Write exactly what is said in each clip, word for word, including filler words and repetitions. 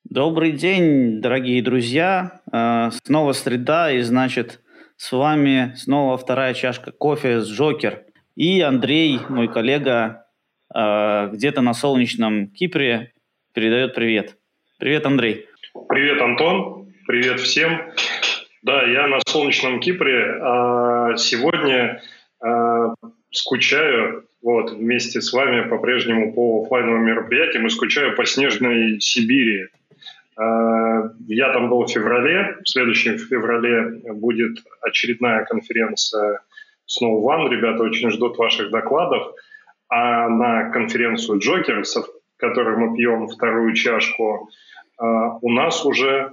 Добрый день, дорогие друзья. Э, Снова среда, и значит, с вами снова вторая чашка кофе с Джокер. И Андрей, мой коллега, э, где-то на солнечном Кипре передает привет. Привет, Андрей. Привет, Антон. Привет всем. Да, я на солнечном Кипре. а Сегодня а, скучаю вот, вместе с вами по-прежнему по оффлайновым мероприятиям и скучаю по снежной Сибири. А, Я там был в феврале. В следующем феврале будет очередная конференция Snow One. Ребята очень ждут ваших докладов. А на конференцию Джокер, с которой мы пьем вторую чашку, а, у нас уже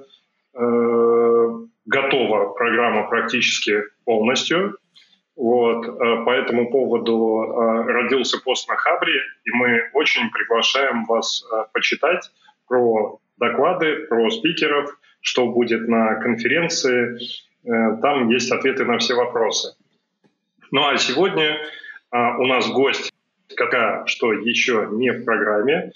э, готова программа практически полностью. Вот. э, По этому поводу э, родился пост на Хабре, и мы очень приглашаем вас э, почитать про доклады, про спикеров, что будет на конференции. Э, Там есть ответы на все вопросы. Ну а сегодня э, у нас гость, пока что еще не в программе,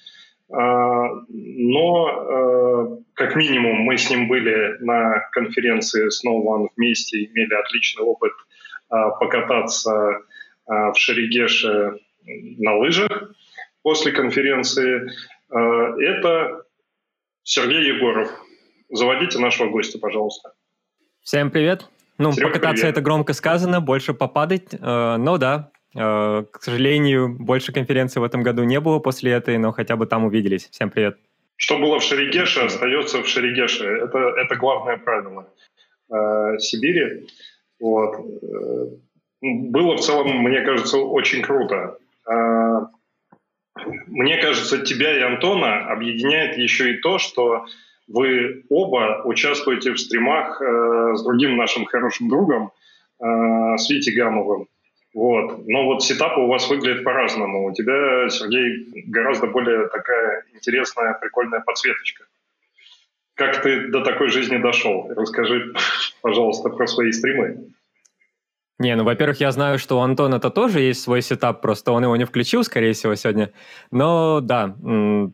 а, но э, как минимум мы с ним были на конференции Snow One вместе, имели отличный опыт а, покататься а, в Шерегеше на лыжах после конференции. А, Это Сергей Егоров. Заводите нашего гостя, пожалуйста. Всем привет. Ну, Серег, покататься привет. это громко сказано, больше попадать, э, но да. Э, к сожалению, больше конференций в этом году не было после этой, но хотя бы там увиделись. Всем привет. Что было в Шерегеше, остается в Шерегеше. Это, это главное правило э, Сибири. Вот. Э, Было в целом, мне кажется, очень круто. Э, Мне кажется, тебя и Антона объединяет еще и то, что вы оба участвуете в стримах э, с другим нашим хорошим другом, э, с Витей Гамовым. Вот. Но вот сетапы у вас выглядят по-разному. У тебя, Сергей, гораздо более такая интересная, прикольная подсветочка. Как ты до такой жизни дошел? Расскажи, пожалуйста, про свои стримы. Не, ну, во-первых, я знаю, что у Антона это тоже есть свой сетап, просто он его не включил, скорее всего, сегодня. Но да, м-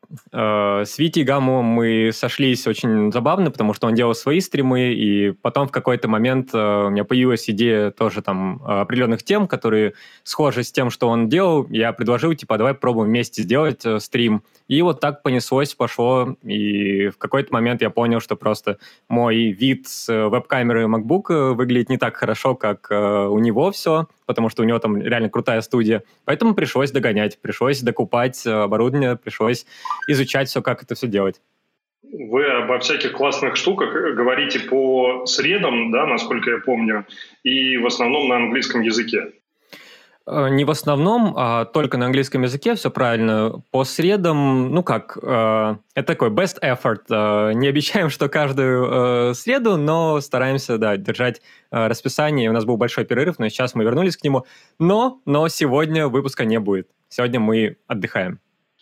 э, с Витей Гамовым мы сошлись очень забавно, потому что он делал свои стримы, и потом в какой-то момент э, у меня появилась идея тоже там определенных тем, которые схожи с тем, что он делал. Я предложил, типа, давай пробуем вместе сделать э, стрим. И вот так понеслось, пошло, и в какой-то момент я понял, что просто мой вид с э, веб-камеры MacBook э, выглядит не так хорошо, как э, у него все, потому что у него там реально крутая студия. Поэтому пришлось догонять, пришлось докупать э, оборудование, пришлось изучать все, как это все делать. Вы обо всяких классных штуках говорите по средам, да, насколько я помню, и в основном на английском языке. Э, Не в основном, а только на английском языке, все правильно. По средам, ну как, э, это такой best effort. Э, Не обещаем, что каждую э, среду, но стараемся, да, держать э, расписание. У нас был большой перерыв, но сейчас мы вернулись к нему. Но, но сегодня выпуска не будет. Сегодня мы отдыхаем.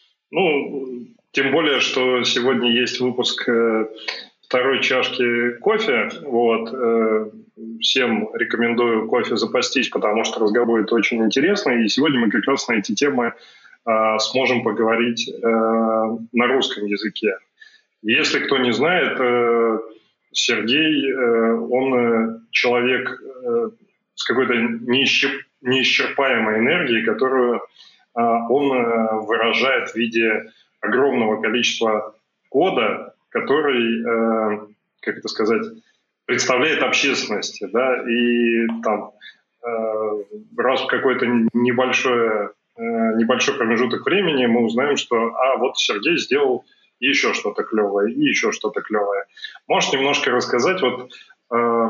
Ну, тем более, что сегодня есть выпуск э, второй чашки кофе. Вот. э, Всем рекомендую кофе запастись, потому что разговор будет очень интересный. И сегодня мы как раз на эти темы э, сможем поговорить э, на русском языке. Если кто не знает, э, Сергей, э, он э, человек э, с какой-то неисчерп- неисчерпаемой энергией, которую э, он э, выражает в виде огромного количества кода, который, э, как это сказать, представляет общественности, да, и там э, раз в какой-то небольшой, э, небольшой промежуток времени мы узнаем, что, а, вот Сергей сделал еще что-то клевое, и еще что-то клевое. Можешь немножко рассказать, вот э,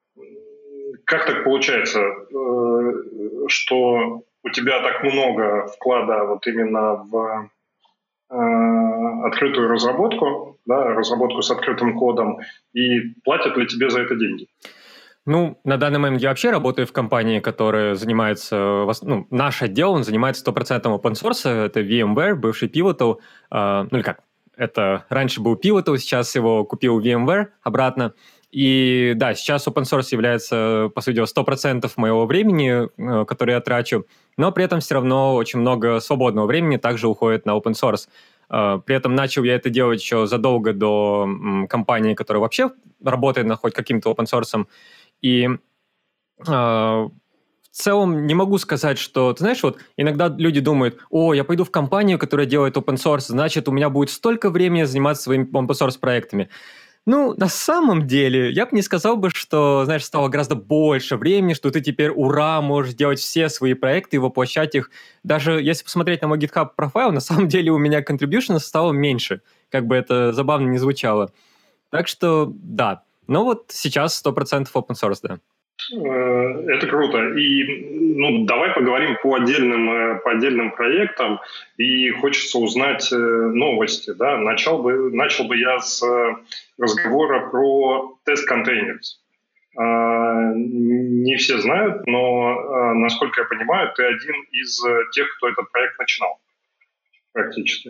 как так получается, э, что у тебя так много вклада вот именно в э, открытую разработку, да, разработку с открытым кодом, и платят ли тебе за это деньги? Ну, на данный момент я вообще работаю в компании, которая занимается, ну, наш отдел, он занимается сто процентов open source, это VMware, бывший Pivotal, э, ну или как, это раньше был Pivotal, сейчас его купил VMware обратно. И да, сейчас open source является, по сути дела, сто процентов моего времени, э, которое я трачу, но при этом все равно очень много свободного времени также уходит на open source. При этом начал я это делать еще задолго до компании, которая вообще работает над хоть каким-то open-source. И в целом не могу сказать, что... Ты знаешь, вот иногда люди думают, о, я пойду в компанию, которая делает open-source, значит, у меня будет столько времени заниматься своими open-source проектами. Ну, на самом деле, я бы не сказал бы, что, знаешь, стало гораздо больше времени, что ты теперь, ура, можешь делать все свои проекты и воплощать их. Даже если посмотреть на мой GitHub профайл, на самом деле у меня contributions стало меньше, как бы это забавно не звучало. Так что, да. Но вот сейчас сто процентов open source, да. Это круто. И ну, давай поговорим по отдельным, по отдельным проектам. И хочется узнать новости. Да? Начал бы, начал бы я с разговора про тест-контейнерс. Не все знают, но, насколько я понимаю, ты один из тех, кто этот проект начинал практически.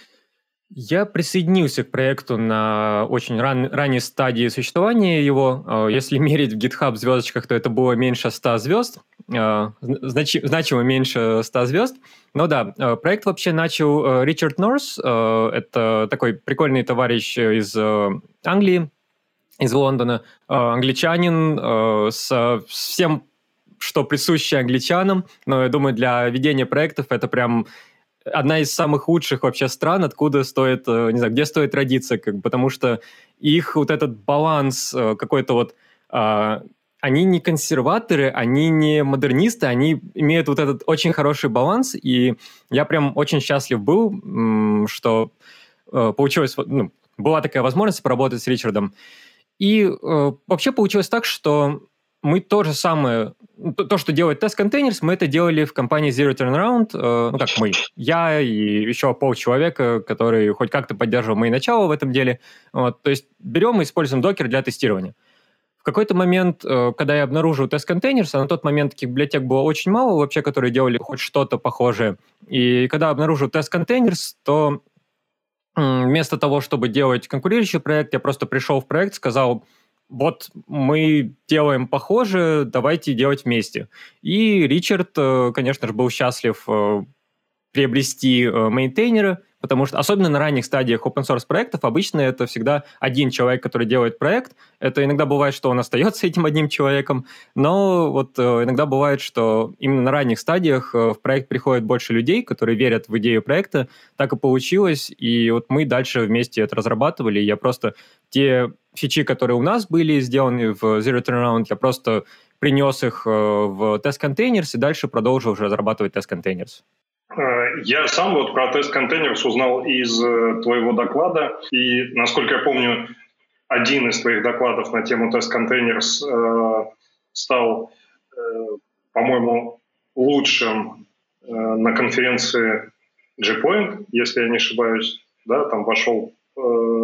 Я присоединился к проекту на очень ран, ранней стадии существования его. Если мерить в GitHub в звездочках, то это было меньше ста звезд, значи, значимо меньше ста звезд. Но да, проект вообще начал Ричард Норс. Это такой прикольный товарищ из Англии, из Лондона. Англичанин с всем, что присуще англичанам. Но я думаю, для ведения проектов это прям... одна из самых лучших вообще стран, откуда стоит, не знаю, где стоит родиться, как, потому что их вот этот баланс какой-то вот, а, они не консерваторы, они не модернисты, они имеют вот этот очень хороший баланс, и я прям очень счастлив был, что получилось, ну, была такая возможность поработать с Ричардом. И э, вообще получилось так, что мы то же самое, то, что делает Test Containers, мы это делали в компании Zero Turnaround, э, ну как мы, я и еще полчеловека, который хоть как-то поддерживал мои начала в этом деле. Вот, то есть берем и используем докер для тестирования. В какой-то момент, э, когда я обнаружил Test Containers, а на тот момент таких библиотек было очень мало вообще, которые делали хоть что-то похожее, и когда обнаружил Test Containers, то э, вместо того, чтобы делать конкурирующий проект, я просто пришел в проект, сказал... вот мы делаем похоже, давайте делать вместе. И Ричард, конечно же, был счастлив приобрести мейнтейнера, потому что, особенно на ранних стадиях open-source проектов, обычно это всегда один человек, который делает проект. Это иногда бывает, что он остается этим одним человеком, но вот иногда бывает, что именно на ранних стадиях в проект приходит больше людей, которые верят в идею проекта. Так и получилось, и вот мы дальше вместе это разрабатывали. Я просто те фичи, которые у нас были сделаны в Zero Turnaround, я просто принес их в Test Containers и дальше продолжил уже разрабатывать Test Containers. Я сам вот про Test Containers узнал из твоего доклада, и, насколько я помню, один из твоих докладов на тему Test Containers э, стал, э, по-моему, лучшим э, на конференции JPoint, если я не ошибаюсь, да, там вошел э,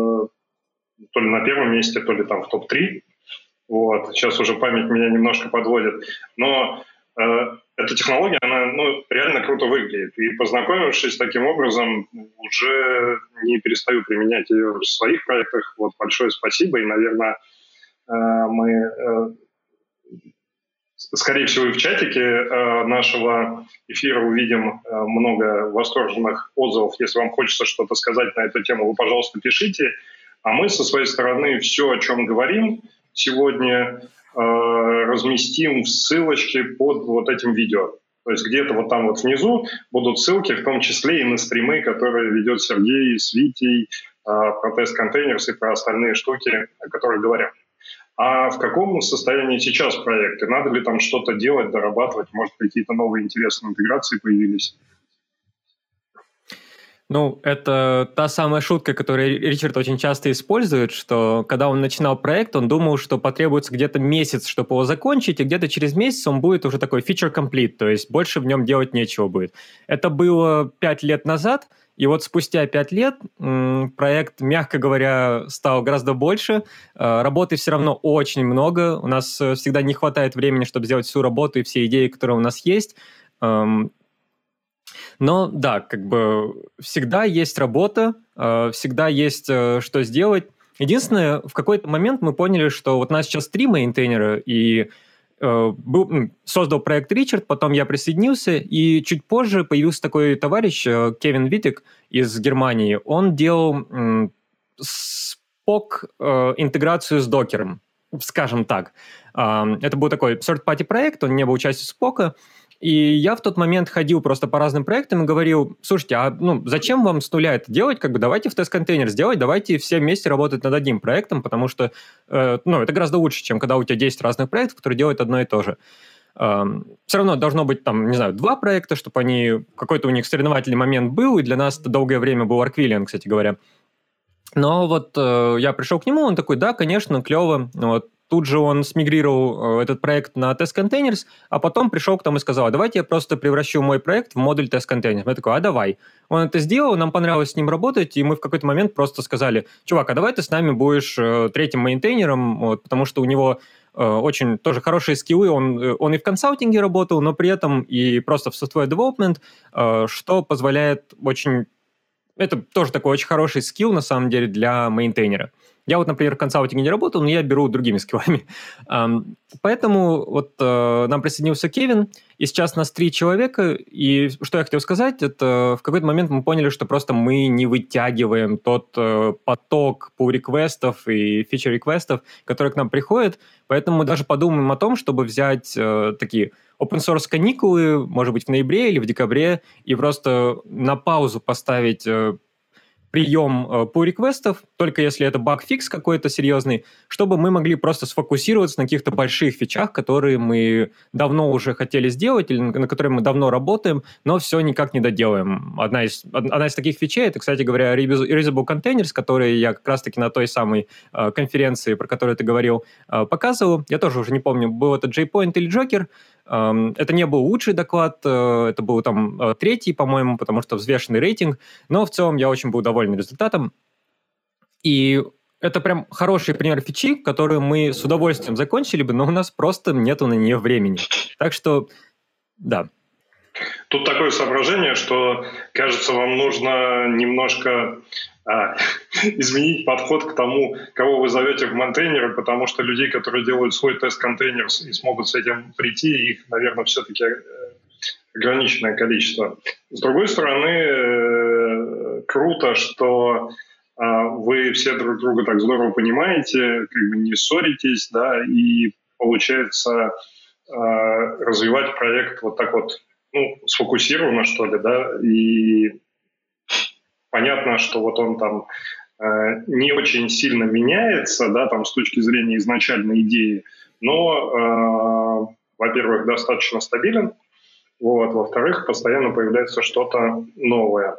то ли на первом месте, то ли там в топ три. Вот. Сейчас уже память меня немножко подводит. Но э, эта технология, она ну, реально круто выглядит. И познакомившись с таким образом, уже не перестаю применять ее в своих проектах. Вот большое спасибо. И, наверное, э, мы, э, скорее всего, и в чатике э, нашего эфира увидим э, много восторженных отзывов. Если вам хочется что-то сказать на эту тему, вы, пожалуйста, пишите. А мы со своей стороны все, о чем говорим сегодня, э, разместим в ссылочке под вот этим видео. То есть где-то вот там вот внизу будут ссылки, в том числе и на стримы, которые ведет Сергей с Витей, э, про Test Containers и про остальные штуки, о которых говорим. А в каком состоянии сейчас проекты? Надо ли там что-то делать, дорабатывать? Может, какие-то новые интересные интеграции появились? Ну, это та самая шутка, которую Ричард очень часто использует, что когда он начинал проект, он думал, что потребуется где-то месяц, чтобы его закончить, и где-то через месяц он будет уже такой feature complete, то есть больше в нем делать нечего будет. Это было пять лет назад, и вот спустя пять лет м, проект, мягко говоря, стал гораздо больше. Э, работы все равно очень много. У нас э, всегда не хватает времени, чтобы сделать всю работу и все идеи, которые у нас есть. Эм, Но да, как бы всегда есть работа, всегда есть что сделать. Единственное, в какой-то момент мы поняли, что вот у нас сейчас три мейнтейнера, и был, создал проект Ричард, потом я присоединился, и чуть позже появился такой товарищ, Кевин Витек из Германии. Он делал спок интеграцию с докером, скажем так. Это был такой third-party проект, он не был частью спока, и я в тот момент ходил просто по разным проектам и говорил: слушайте, а ну, зачем вам с нуля это делать? Как бы давайте в тест-контейнер сделать, давайте все вместе работать над одним проектом, потому что э, ну, это гораздо лучше, чем когда у тебя десять разных проектов, которые делают одно и то же. Э, все равно должно быть там, не знаю, два проекта, чтобы они, какой-то у них соревновательный момент был, и для нас это долгое время был Arquillian, кстати говоря. Но вот э, я пришел к нему, он такой: да, конечно, клево, вот. Тут же он смигрировал этот проект на Test Containers, а потом пришел к тому и сказал: давайте я просто превращу мой проект в модуль Test Containers. Я такой: а давай. Он это сделал, нам понравилось с ним работать, и мы в какой-то момент просто сказали: чувак, а давай ты с нами будешь э, третьим мейнтейнером, вот, потому что у него э, очень тоже хорошие скиллы, он, он и в консалтинге работал, но при этом и просто в software development, э, что позволяет очень... Это тоже такой очень хороший скилл, на самом деле, для мейнтейнера. Я вот, например, в консалтинге не работал, но я беру другими скиллами. Um, поэтому вот uh, нам присоединился Кевин, и сейчас нас три человека, и что я хотел сказать, это в какой-то момент мы поняли, что просто мы не вытягиваем тот uh, поток pull-реквестов и фичер-реквестов, которые к нам приходят, поэтому мы даже подумаем о том, чтобы взять uh, такие open-source каникулы, может быть, в ноябре или в декабре, и просто на паузу поставить uh, прием э, pull-реквестов, только если это баг-фикс какой-то серьезный, чтобы мы могли просто сфокусироваться на каких-то больших фичах, которые мы давно уже хотели сделать или на которые мы давно работаем, но все никак не доделаем. Одна из, одна из таких фичей, это, кстати говоря, Reusable Containers, которые я как раз-таки на той самой э, конференции, про которую ты говорил, э, показывал. Я тоже уже не помню, был это JPoint или Joker. Это не был лучший доклад, это был там третий, по-моему, потому что взвешенный рейтинг, но в целом я очень был доволен результатом. И это прям хороший пример фичи, которую мы с удовольствием закончили бы, но у нас просто нету на нее времени. Так что, да. Тут такое соображение, что, кажется, вам нужно немножко а, изменить подход к тому, кого вы зовете в мейнтейнеры, потому что людей, которые делают свой тест-контейнер и смогут с этим прийти, их, наверное, все-таки ограниченное количество. С другой стороны, круто, что вы все друг друга так здорово понимаете, как бы не ссоритесь, да, и получается развивать проект вот так вот, ну, сфокусированно, что ли, да, и понятно, что вот он там э, не очень сильно меняется, да, там с точки зрения изначальной идеи, но, э, во-первых, достаточно стабилен, вот, во-вторых, постоянно появляется что-то новое.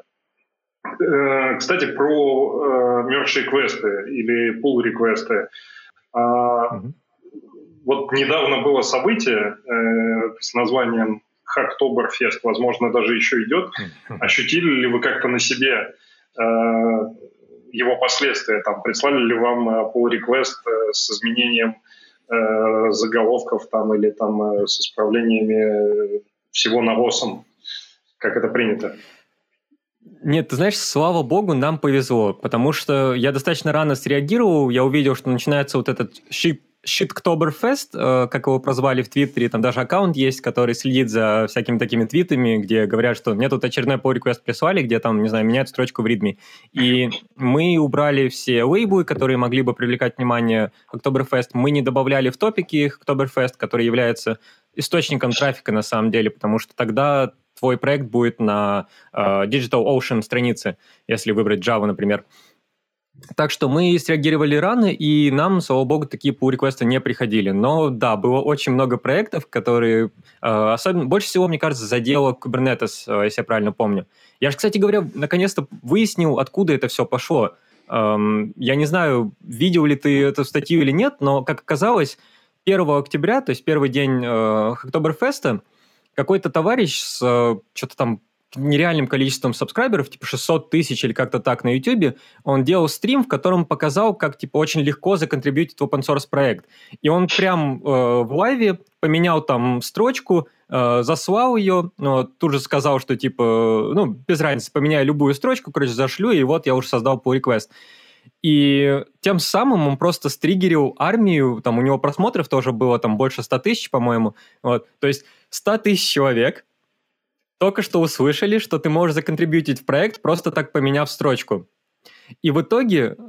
Э, кстати, про э, merge-реквесты или pull-реквесты. Э, mm-hmm. Вот недавно было событие э, с названием Hacktoberfest, возможно, даже еще идет. Ощутили ли вы как-то на себе э, его последствия? Там, прислали ли вам э, pull-request э, с изменением э, заголовков там, или там, э, с исправлениями всего навосом? Как это принято? Нет, ты знаешь, слава богу, нам повезло, потому что я достаточно рано среагировал, я увидел, что начинается вот этот щит Shitktoberfest, э, как его прозвали в Твиттере, там даже аккаунт есть, который следит за всякими такими твитами, где говорят, что мне тут очередной pull-request прислали, где там, не знаю, меняют строчку в readme. И мы убрали все лейблы, которые могли бы привлекать внимание Hacktoberfest. Мы не добавляли в топики Hacktoberfest, который является источником трафика на самом деле, потому что тогда твой проект будет на э, DigitalOcean странице, если выбрать Java, например. Так что мы среагировали рано, и нам, слава богу, такие pull-реквесты не приходили. Но да, было очень много проектов, которые, э, особенно, больше всего, мне кажется, задело Kubernetes, э, если я правильно помню. Я же, кстати говоря, наконец-то выяснил, откуда это все пошло. Эм, я не знаю, видел ли ты эту статью или нет, но, как оказалось, первого октября, то есть первый день э, Hacktoberfest, какой-то товарищ с э, что-то там нереальным количеством сабскрайберов, типа шестьсот тысяч или как-то так на YouTube, он делал стрим, в котором показал, как типа очень легко законтрибьютить в open source проект. И он прям э, в лайве поменял там строчку, э, заслал ее, но тут же сказал, что типа, ну, без разницы, поменяю любую строчку, короче, зашлю, и вот я уже создал pull request. И тем самым он просто стригерил армию, там у него просмотров тоже было там больше ста тысяч, по-моему. Вот. То есть сто тысяч человек только что услышали, что ты можешь законтрибьютить в проект, просто так поменяв строчку. И в итоге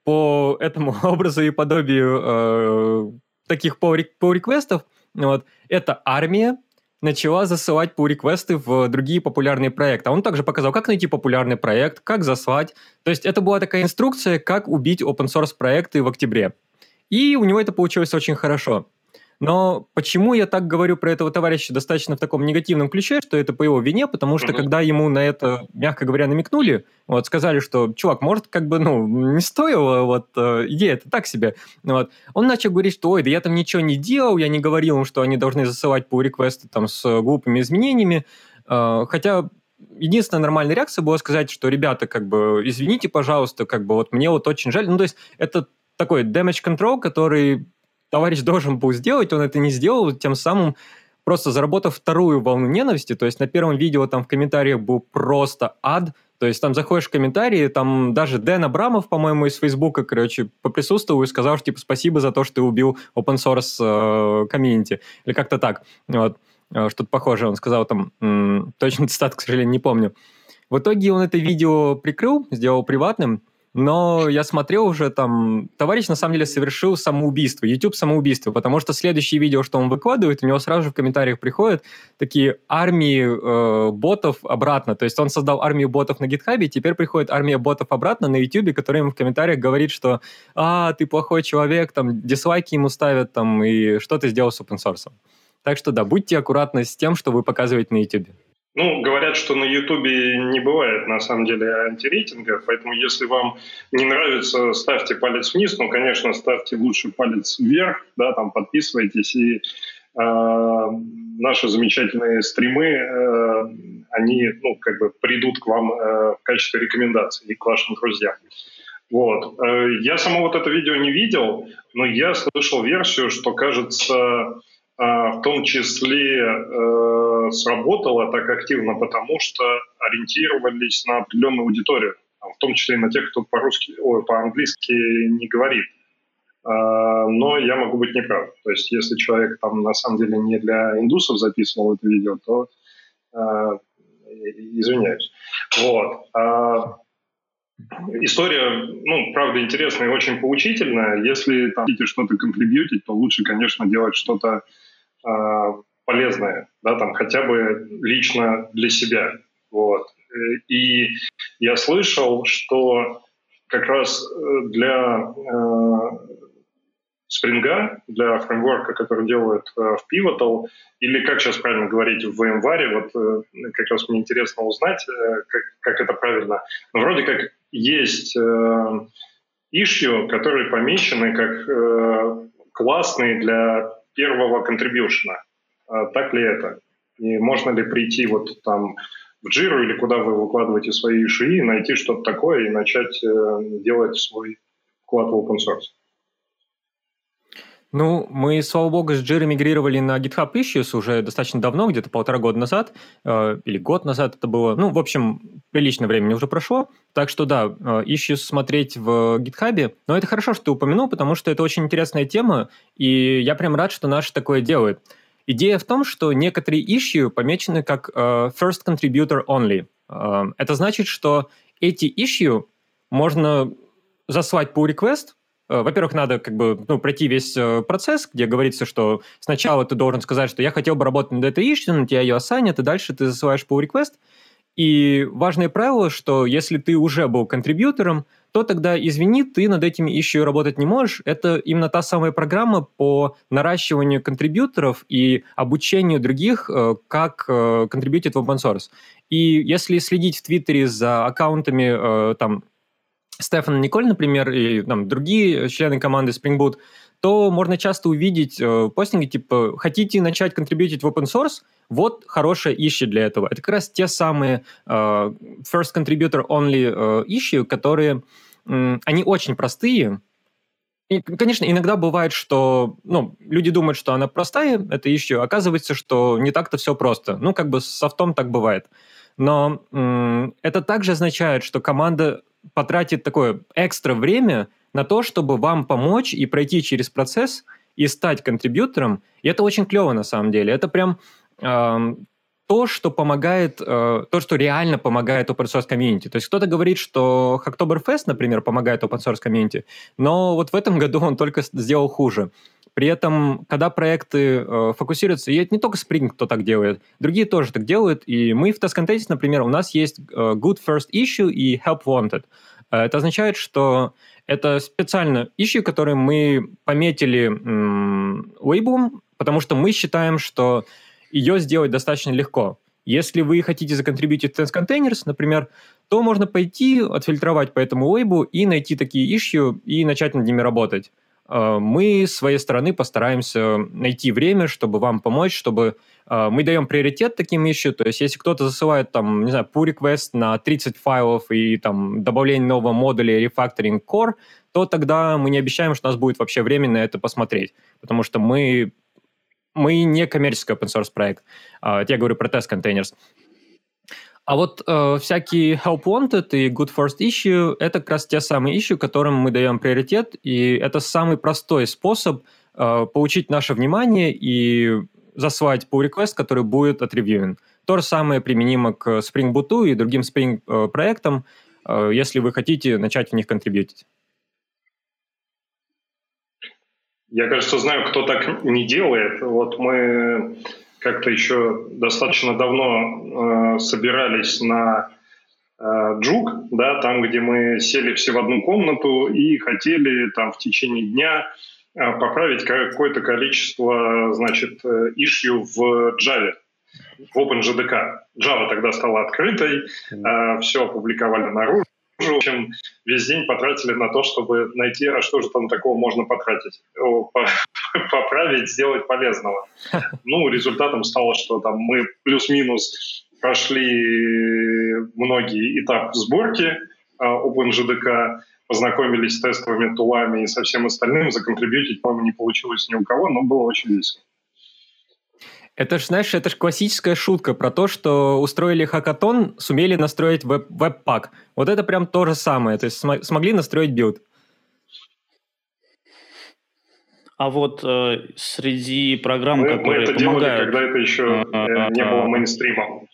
по этому образу и подобию э, таких pull-реквестов вот, эта армия начала засылать pull-реквесты в другие популярные проекты. А он также показал, как найти популярный проект, как заслать. То есть это была такая инструкция, как убить open-source проекты в октябре. И у него это получилось очень хорошо. Но почему я так говорю про этого товарища достаточно в таком негативном ключе, что это по его вине, потому что mm-hmm. когда ему на это, мягко говоря, намекнули, вот, сказали, что, чувак, может, как бы, ну, не стоило, вот, э, идея это так себе, вот, он начал говорить, что, ой, да я там ничего не делал, я не говорил им, что они должны засылать pull-реквесты там с глупыми изменениями, э, хотя единственная нормальная реакция была сказать, что, ребята, как бы, извините, пожалуйста, как бы, вот, мне вот очень жаль, ну, то есть это такой damage control, который товарищ должен был сделать, он это не сделал, тем самым просто заработав вторую волну ненависти. То есть на первом видео там в комментариях был просто ад. То есть там заходишь в комментарии, там даже Дэн Абрамов, по-моему, из Фейсбука, короче, поприсутствовал и сказал, что типа спасибо за то, что ты убил open source комьюнити. Или как-то так. Вот. Что-то похожее он сказал там. М- точно цитату, к сожалению, не помню. В итоге он это видео прикрыл, сделал приватным. Но я смотрел уже, там, товарищ на самом деле совершил самоубийство, YouTube самоубийство, потому что следующее видео, что он выкладывает, у него сразу же в комментариях приходят такие армии э, ботов обратно. То есть он создал армию ботов на GitHub, и теперь приходит армия ботов обратно на YouTube, которая ему в комментариях говорит, что «А, ты плохой человек», там, дизлайки ему ставят, там, и что ты сделал с open source. Так что да, будьте аккуратны с тем, что вы показываете на YouTube. Ну, говорят, что на Ютубе не бывает, на самом деле, антирейтинга, поэтому если вам не нравится, ставьте палец вниз, но, конечно, ставьте лучше палец вверх, да, там подписывайтесь, и э, наши замечательные стримы, э, они, ну, как бы придут к вам э, в качестве рекомендаций и к вашим друзьям. Вот. Я само вот это видео не видел, но я слышал версию, что, кажется, в том числе э, сработало так активно, потому что ориентировались на определенную аудиторию, в том числе и на тех, кто по-русски, ой, по-английски не говорит. Э, но я могу быть неправ. То есть если человек там на самом деле не для индусов записывал это видео, то э, извиняюсь. Вот. А история, ну, правда, интересная и очень поучительная. Если там хотите что-то контрибьютить, то лучше, конечно, делать что-то полезное, да, там хотя бы лично для себя. Вот. И я слышал, что как раз для э, Spring, для фреймворка, который делают э, в Pivotal, или как сейчас правильно говорить, в VMware, вот э, как раз мне интересно узнать, э, как, как это правильно. Но вроде как есть э, issue, которые помечены как э, классные для первого контрибьюшена. А, так ли это? И можно ли прийти вот там в Jira или куда вы выкладываете свои иши, найти что-то такое и начать э, делать свой вклад в open source? Ну, мы, слава богу, с Jira мигрировали на GitHub Issues уже достаточно давно, где-то полтора года назад, э, или год назад это было. Ну, в общем, приличное время уже прошло. Так что да, Issues смотреть в GitHub. Но это хорошо, что ты упомянул, потому что это очень интересная тема, и я прям рад, что наши такое делают. Идея в том, что некоторые issue помечены как э, first contributor only. Э, это значит, что эти issue можно заслать pull request. Во-первых, надо как бы ну, пройти весь э, процесс, где говорится, что сначала ты должен сказать, что я хотел бы работать над этой issue, на тебя ее ассайнят, и дальше ты засылаешь pull request. И важное правило, что если ты уже был контрибьютором, то тогда, извини, ты над этими issue работать не можешь. Это именно та самая программа по наращиванию контрибьюторов и обучению других, э, как э, контрибьютить в open source. И если следить в Твиттере за аккаунтами э, там, Стефана Николь, например, и там, другие члены команды Spring Boot, то можно часто увидеть э, постинги типа «Хотите начать контрибьютить в open source? Вот хорошее issue для этого». Это как раз те самые э, first contributor only э, issue, которые, э, они очень простые. И, конечно, иногда бывает, что ну, люди думают, что она простая, это issue, оказывается, что не так-то все просто. Ну, как бы с софтом так бывает. Но э, это также означает, что команда потратит такое экстра время на то, чтобы вам помочь и пройти через процесс и стать контрибьютором. И это очень клево на самом деле. Это прям э, то, что помогает, э, то, что реально помогает open source комьюнити. То есть кто-то говорит, что Hacktoberfest, например, помогает open source комьюнити, но вот в этом году он только сделал хуже. При этом, когда проекты э, фокусируются, и это не только Spring, кто так делает, другие тоже так делают, и мы в TestContents, например, у нас есть э, Good First Issue и Help Wanted. Э, это означает, что это специально issue, который мы пометили м, лейблом, потому что мы считаем, что ее сделать достаточно легко. Если вы хотите законтрибьютить TestContainers, например, то можно пойти, отфильтровать по этому лейблу и найти такие issue и начать над ними работать. Мы с своей стороны постараемся найти время, чтобы вам помочь, чтобы мы даем приоритет таким issue, то есть если кто-то засылает там, не знаю, pull request на тридцать файлов и там добавление нового модуля, refactoring core, то тогда мы не обещаем, что у нас будет вообще время на это посмотреть, потому что мы, мы не коммерческий open source проект. Я говорю про TestContainers. А вот э, всякие Help Wanted и Good First Issue — это как раз те самые issue, которым мы даем приоритет, и это самый простой способ э, получить наше внимание и заслать pull request, который будет отревьюен. То же самое применимо к Spring Boot и другим Spring э, проектам, э, если вы хотите начать в них контрибьютить. Я, кажется, знаю, кто так не делает. Вот мы как-то еще достаточно давно э, собирались на э, Джук, да, там, где мы сели все в одну комнату и хотели там в течение дня э, поправить какое-то количество, значит, issue в Java, в OpenJDK. Java тогда стала открытой, э, все опубликовали наружу. В общем, весь день потратили на то, чтобы найти, а что же там такого можно потратить, поправить, сделать полезного. Ну, результатом стало, что там мы плюс-минус прошли многие этапы сборки OpenJDK, познакомились с тестовыми тулами и со всем остальным, законтрибьютить, по-моему, не получилось ни у кого, но было очень весело. Это ж, знаешь, это ж классическая шутка про то, что устроили хакатон, сумели настроить веб- веб-пак. Вот это прям то же самое, то есть см- смогли настроить билд. А вот э, среди программ, мы, которые мы это помогают... делали, когда это еще э, не было мейнстримом.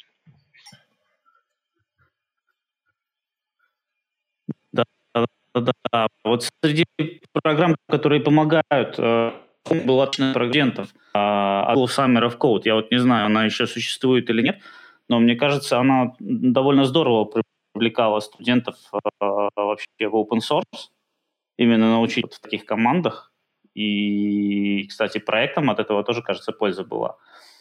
Да, да, да. Вот среди программ, которые помогают... Э, был отличный про студентов. Google Summer of Code. Я вот не знаю, она еще существует или нет, но мне кажется, она довольно здорово привлекала студентов э, вообще в open source. Именно научить в таких командах. И, кстати, проектам от этого тоже, кажется, польза была.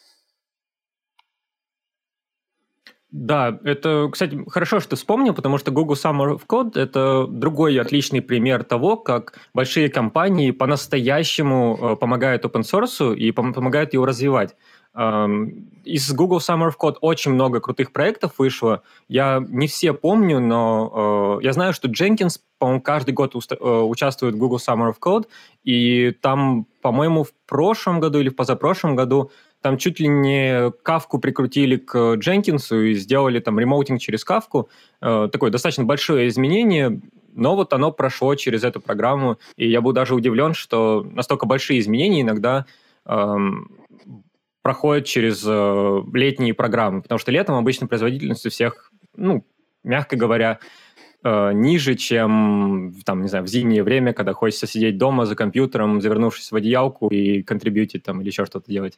Да, это, кстати, хорошо, что вспомнил, потому что Google Summer of Code — это другой отличный пример того, как большие компании по-настоящему помогают open source и помогают его развивать. Из Google Summer of Code очень много крутых проектов вышло. Я не все помню, но я знаю, что Jenkins, по-моему, каждый год участвует в Google Summer of Code, и там, по-моему, в прошлом году или в позапрошлом году там чуть ли не Kafka прикрутили к Jenkins и сделали там ремоутинг через Kafka. Э, такое достаточно большое изменение, но вот оно прошло через эту программу, и я был даже удивлен, что настолько большие изменения иногда э, проходят через э, летние программы, потому что летом обычно производительность у всех, ну, мягко говоря, э, ниже, чем там, не знаю, в зимнее время, когда хочется сидеть дома за компьютером, завернувшись в одеялку и контрибьютить там или еще что-то делать.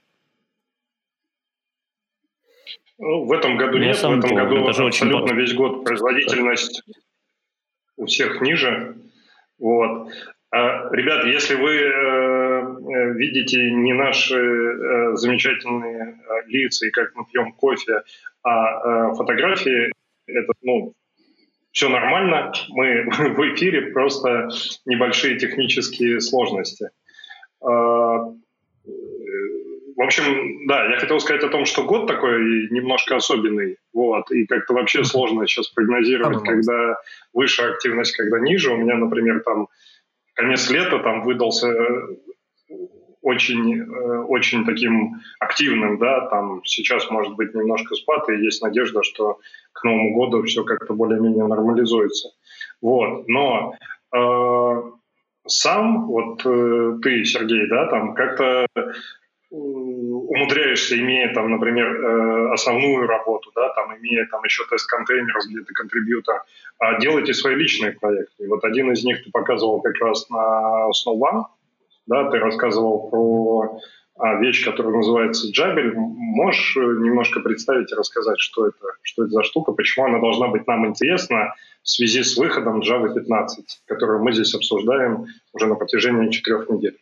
Ну, в этом году нет, в этом помню. году Это абсолютно весь год производительность у всех ниже. Вот. А, ребят, если вы э, видите не наши э, замечательные э, лица и как мы пьем кофе, а э, фотографии, это, ну, все нормально, мы в эфире, просто небольшие технические сложности. А, В общем, да, я хотел сказать о том, что год такой немножко особенный, вот, и как-то вообще сложно сейчас прогнозировать, а, когда выше активность, когда ниже. У меня, например, там конец лета там выдался очень, очень таким активным, да, там сейчас может быть немножко спад, и есть надежда, что к Новому году все как-то более-менее нормализуется. Вот, но э, сам, вот э, ты, Сергей, да, там как-то умудряешься, имея там, например, э, основную работу, да, там, имея там еще тест-контейнер, где ты контрибьютор, а делайте свои личные проекты. И вот один из них ты показывал как раз на Snow One, да, ты рассказывал про а, вещь, которая называется Джабель. Можешь немножко представить и рассказать, что это, что это за штука, почему она должна быть нам интересна в связи с выходом Java пятнадцать, которую мы здесь обсуждаем уже на протяжении четырех недель?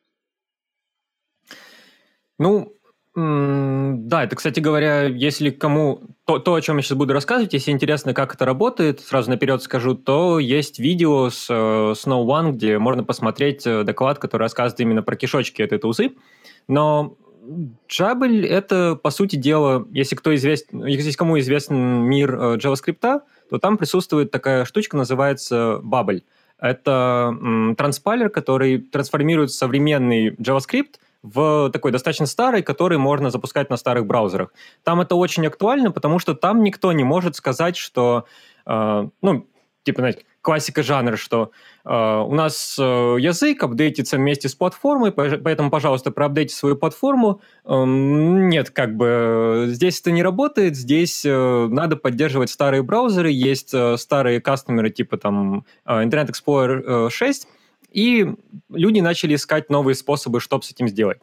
Ну, да, это, кстати говоря, если кому... То, то, о чем я сейчас буду рассказывать, если интересно, как это работает, сразу наперед скажу, то есть видео с Snow One, где можно посмотреть доклад, который рассказывает именно про кишочки этой тузы. Но Джабель — это, по сути дела, если, кто известен, если кому известен мир JavaScript, то там присутствует такая штучка, называется Bubble. Это м, транспайлер, который трансформирует современный JavaScript в такой достаточно старый, который можно запускать на старых браузерах. Там это очень актуально, потому что там никто не может сказать, что, э, ну, типа, знаете, классика жанра, что э, у нас э, язык апдейтится вместе с платформой, поэтому, пожалуйста, проапдейте свою платформу. Э, нет, как бы здесь это не работает, здесь э, надо поддерживать старые браузеры, есть э, старые кастомеры типа там э, Internet Explorer шесть, и люди начали искать новые способы, чтобы с этим сделать.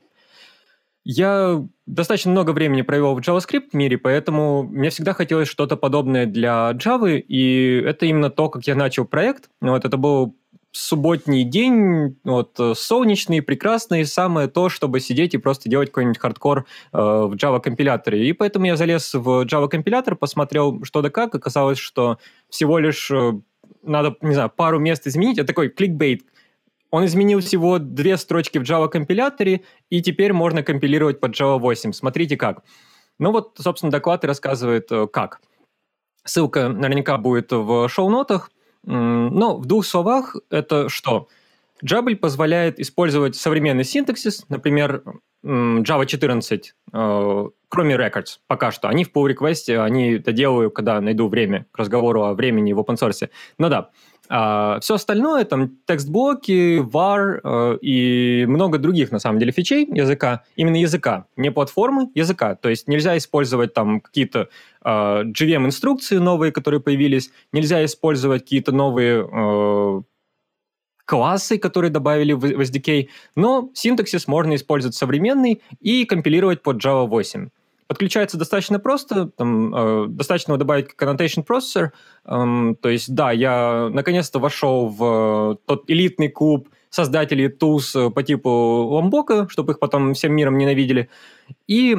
Я достаточно много времени провел в JavaScript мире, поэтому мне всегда хотелось что-то подобное для Java, и это именно то, как я начал проект. Вот это был субботний день, вот, солнечный, прекрасный, самое то, чтобы сидеть и просто делать какой-нибудь хардкор э, в Java-компиляторе. И поэтому я залез в Java-компилятор, посмотрел что да как, оказалось, что всего лишь э, надо, не знаю, пару мест изменить. Это такой кликбейт. Он изменил всего две строчки в Java-компиляторе, и теперь можно компилировать под Java восемь. Смотрите как. Ну вот, собственно, доклад и рассказывает, как. Ссылка наверняка будет в шоу-нотах. Но в двух словах это что? Джабель позволяет использовать современный синтаксис, например, Java четырнадцать, кроме records, пока что. Они в pull request, они это делаю, когда найду время к разговору о времени в open source. Ну да. А все остальное, там, текст-блоки, var э, и много других, на самом деле, фичей языка, именно языка, не платформы, языка. То есть нельзя использовать там какие-то э, джей ви эм-инструкции новые, которые появились, нельзя использовать какие-то новые э, классы, которые добавили в, в эс ди кей, но синтаксис можно использовать современный и компилировать под Java восемь. Подключается достаточно просто, там, э, достаточно добавить connotation processor, э, то есть, да, я наконец-то вошел в э, тот элитный клуб создателей тулз по типу Lombok, чтобы их потом всем миром ненавидели, и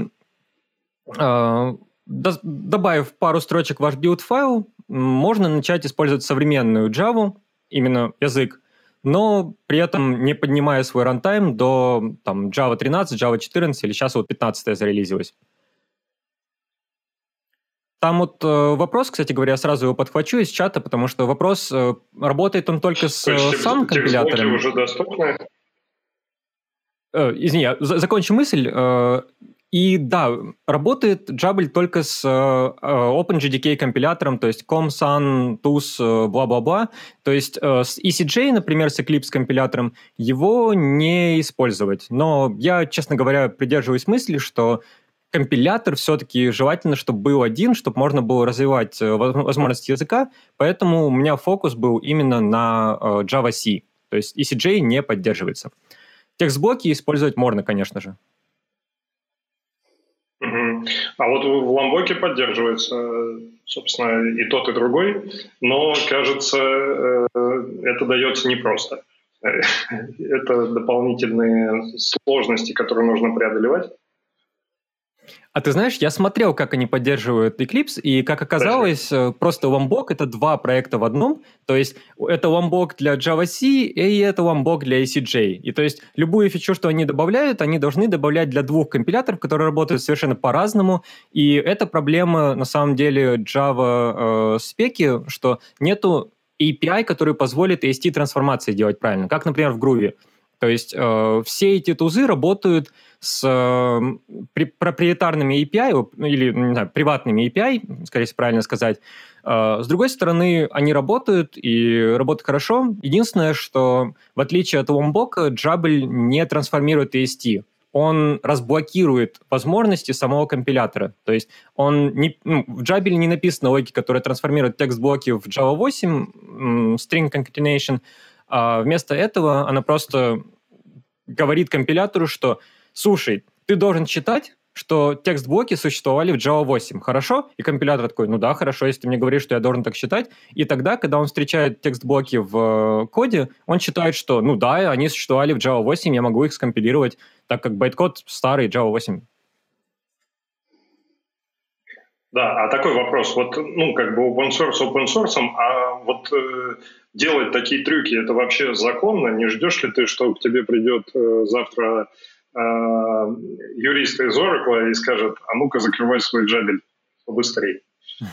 э, до, добавив пару строчек в ваш билд-файл, можно начать использовать современную Java, именно язык, но при этом не поднимая свой рантайм до там, Java тринадцать, Java четырнадцать или сейчас вот пятнадцать зарелизилась. Там вот э, вопрос, кстати говоря, сразу его подхвачу из чата, потому что вопрос, э, работает он только с э, самым компилятором. Уже доступны? Э, извини, я за- закончу мысль. Э, и да, работает Джабель только с э, OpenJDK компилятором, то есть ComSun, тус, э, бла-бла-бла. То есть э, с и си джей, например, с Eclipse компилятором, его не использовать. Но я, честно говоря, придерживаюсь мысли, что компилятор все-таки желательно, чтобы был один, чтобы можно было развивать возможности языка, поэтому у меня фокус был именно на Java-C, то есть и си джей не поддерживается. Текстблоки использовать можно, конечно же. Угу. А вот в Ламбоке поддерживается, собственно, и тот, и другой, но, кажется, это дается непросто. Это дополнительные сложности, которые нужно преодолевать. А ты знаешь, я смотрел, как они поддерживают Eclipse, и, как оказалось, Точно. Просто Lombok — это два проекта в одном. То есть это Lombok для Java-C, и это Lombok для и си джей. И то есть любую фичу, что они добавляют, они должны добавлять для двух компиляторов, которые работают совершенно по-разному. И это проблема, на самом деле, Java-спеки, что нету эй пи ай, который позволит эй эс ти-трансформации делать правильно, как, например, в Groovy. То есть э, все эти тузы работают с э, при, проприетарными эй пи ай, или, не знаю, приватными эй пи ай, скорее всего, правильно сказать. Э, с другой стороны, они работают, и работают хорошо. Единственное, что в отличие от Lombok, Джабль не трансформирует и эс ти. Он разблокирует возможности самого компилятора. То есть он не, ну, в Джабле не написана логика, которая трансформирует текст-блоки в джава восемь, string concatenation, а вместо этого она просто говорит компилятору, что слушай, ты должен считать, что текст-блоки существовали в джава восемь. Хорошо? И компилятор такой, ну да, хорошо, если ты мне говоришь, что я должен так считать. И тогда, когда он встречает текст-блоки в коде, он считает, что ну да, они существовали в джава восемь, я могу их скомпилировать, так как байткод старый джава восемь. Да, а такой вопрос, вот, ну, как бы open source open source, а вот э, делать такие трюки, это вообще законно? Не ждешь ли ты, что к тебе придет э, завтра э, юрист из Oracle и скажет, а ну-ка закрывай свой джабель побыстрее?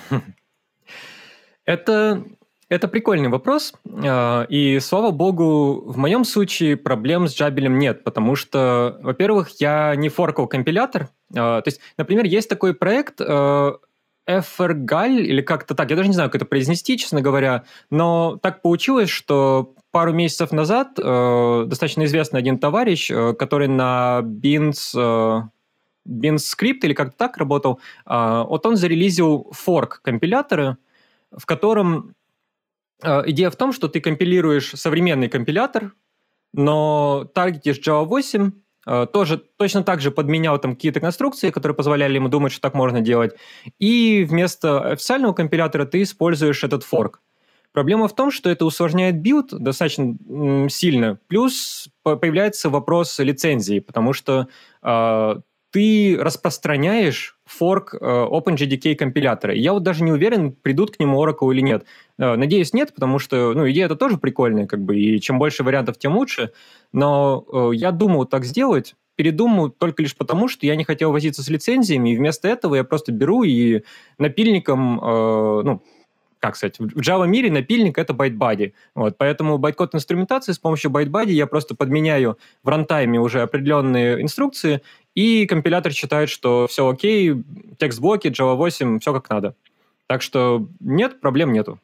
Это, это прикольный вопрос, и, слава богу, в моем случае проблем с джабелем нет, потому что, во-первых, я не форкал компилятор. То есть, например, есть такой проект Effergal, или как-то так, я даже не знаю, как это произнести, честно говоря, но так получилось, что пару месяцев назад э, достаточно известный один товарищ, э, который на Beans, э, Beans Script или как-то так работал, э, вот он зарелизил форк компилятора, в котором э, идея в том, что ты компилируешь современный компилятор, но таргетишь джава восемь, тоже точно так же подменял там какие-то конструкции, которые позволяли ему думать, что так можно делать, и вместо официального компилятора ты используешь этот форк. Проблема в том, что это усложняет билд достаточно м, сильно, плюс появляется вопрос лицензии, потому что э, ты распространяешь форк э, OpenJDK компилятора. И я вот даже не уверен, придут к нему Oracle или нет. Э, надеюсь, нет, потому что ну, идея-то тоже прикольная, как бы, и чем больше вариантов, тем лучше. Но э, я думал так сделать, передумал только лишь потому, что я не хотел возиться с лицензиями, и вместо этого я просто беру и напильником, э, ну, как сказать, в Java мире напильник — это ByteBuddy. Вот, поэтому байткод инструментации с помощью ByteBuddy я просто подменяю в рантайме уже определенные инструкции, и компилятор считает, что все окей, текст-блоки, джава восемь, все как надо. Так что нет, проблем нету.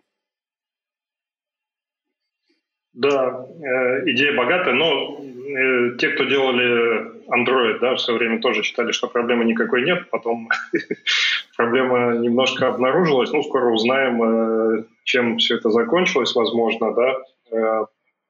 Да, э, идея богатая, но э, те, кто делали Android, да, в свое время тоже считали, что проблемы никакой нет, потом проблема немножко обнаружилась, ну, скоро узнаем, э, чем все это закончилось, возможно, да, э,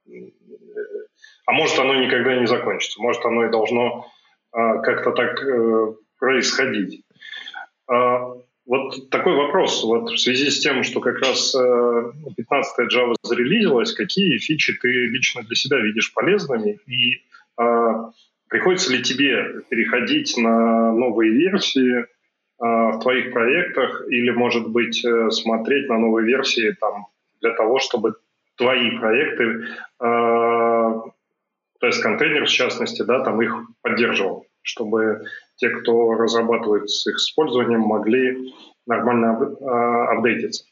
а может, оно никогда не закончится, может, оно и должно э, как-то так э, происходить. Э, Вот такой вопрос. Вот в связи с тем, что как раз пятнадцатая Java зарелизилась, какие фичи ты лично для себя видишь полезными? И э, приходится ли тебе переходить на новые версии э, в твоих проектах или, может быть, э, смотреть на новые версии там, для того, чтобы твои проекты, э, тест-контейнер в частности, да, там их поддерживал, чтобы те, кто разрабатывает с их использованием, могли нормально апдейтиться?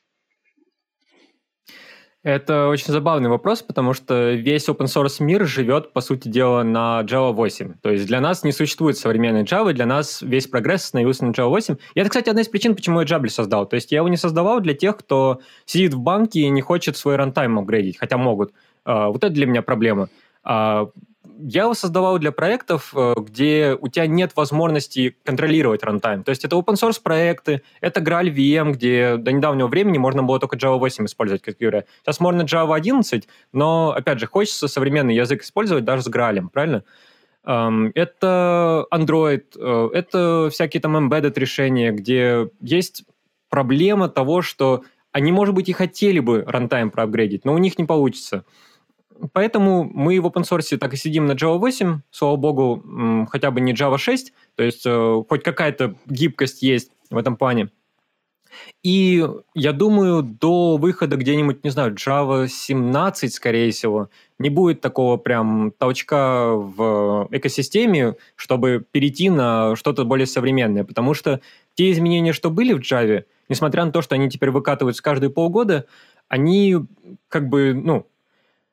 Это очень забавный вопрос, потому что весь open-source мир живет, по сути дела, на джава восемь. То есть для нас не существует современной Java, для нас весь прогресс становился на джава восемь. И это, кстати, одна из причин, почему я Джабль создал. То есть я его не создавал для тех, кто сидит в банке и не хочет свой рантайм апгрейдить, хотя могут. Вот это для меня проблема. Я его создавал для проектов, где у тебя нет возможности контролировать рантайм. То есть это open-source проекты, это Graal ви эм, где до недавнего времени можно было только джава восемь использовать, как говоря. Сейчас можно джава одиннадцать, но, опять же, хочется современный язык использовать даже с Graal, правильно? Это Android, это всякие там embedded решения, где есть проблема того, что они, может быть, и хотели бы рантайм проапгрейдить, но у них не получится. Поэтому мы в open source так и сидим на джава восемь, слава богу, хотя бы не джава шесть, то есть э, хоть какая-то гибкость есть в этом плане. И я думаю, до выхода где-нибудь, не знаю, джава семнадцать, скорее всего, не будет такого прям толчка в экосистеме, чтобы перейти на что-то более современное, потому что те изменения, что были в Java, несмотря на то, что они теперь выкатываются каждые полгода, они как бы, ну,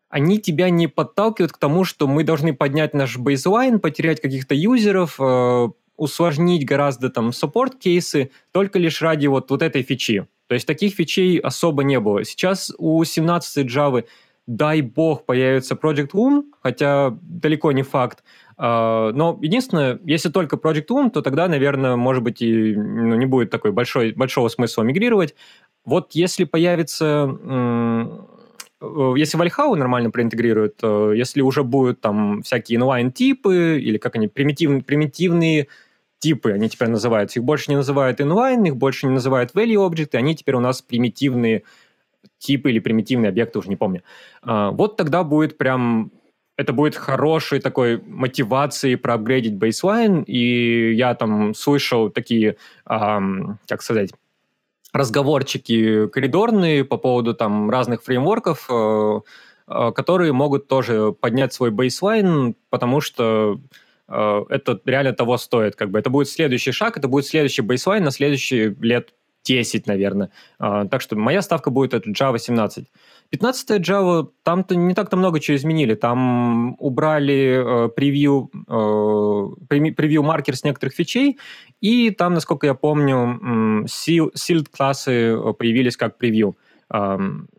они тебя не подталкивают к тому, что мы должны поднять наш бейслайн, потерять каких-то юзеров, э, усложнить гораздо там саппорт-кейсы только лишь ради вот, вот этой фичи. То есть таких фичей особо не было. Сейчас у семнадцатой Java, дай бог, появится Project Loom, хотя далеко не факт. Uh, но единственное, если только Project Loom, то тогда, наверное, может быть, и ну, не будет такой большой, большого смысла мигрировать. Вот если появится... М- если Valhalla нормально проинтегрируют, то если уже будут там всякие inline-типы, или как они, примитивные, примитивные типы, они теперь называются, их больше не называют inline, их больше не называют value objects, они теперь у нас примитивные типы или примитивные объекты, уже не помню. Uh, вот тогда будет прям... Это будет хорошей такой мотивацией проапгрейдить бейслайн, и я там слышал такие, эм, как сказать, разговорчики коридорные по поводу там разных фреймворков, э, э, которые могут тоже поднять свой бейслайн, потому что э, это реально того стоит. Как бы это будет следующий шаг, это будет следующий бейслайн на следующие лет десять, наверное. Э, так что моя ставка будет от Java семнадцать. пятнадцатая Java, там-то не так-то много чего изменили. Там убрали э, превью, э, превью-маркер с некоторых фичей, и там, насколько я помню, э, sealed-классы появились как превью. Э,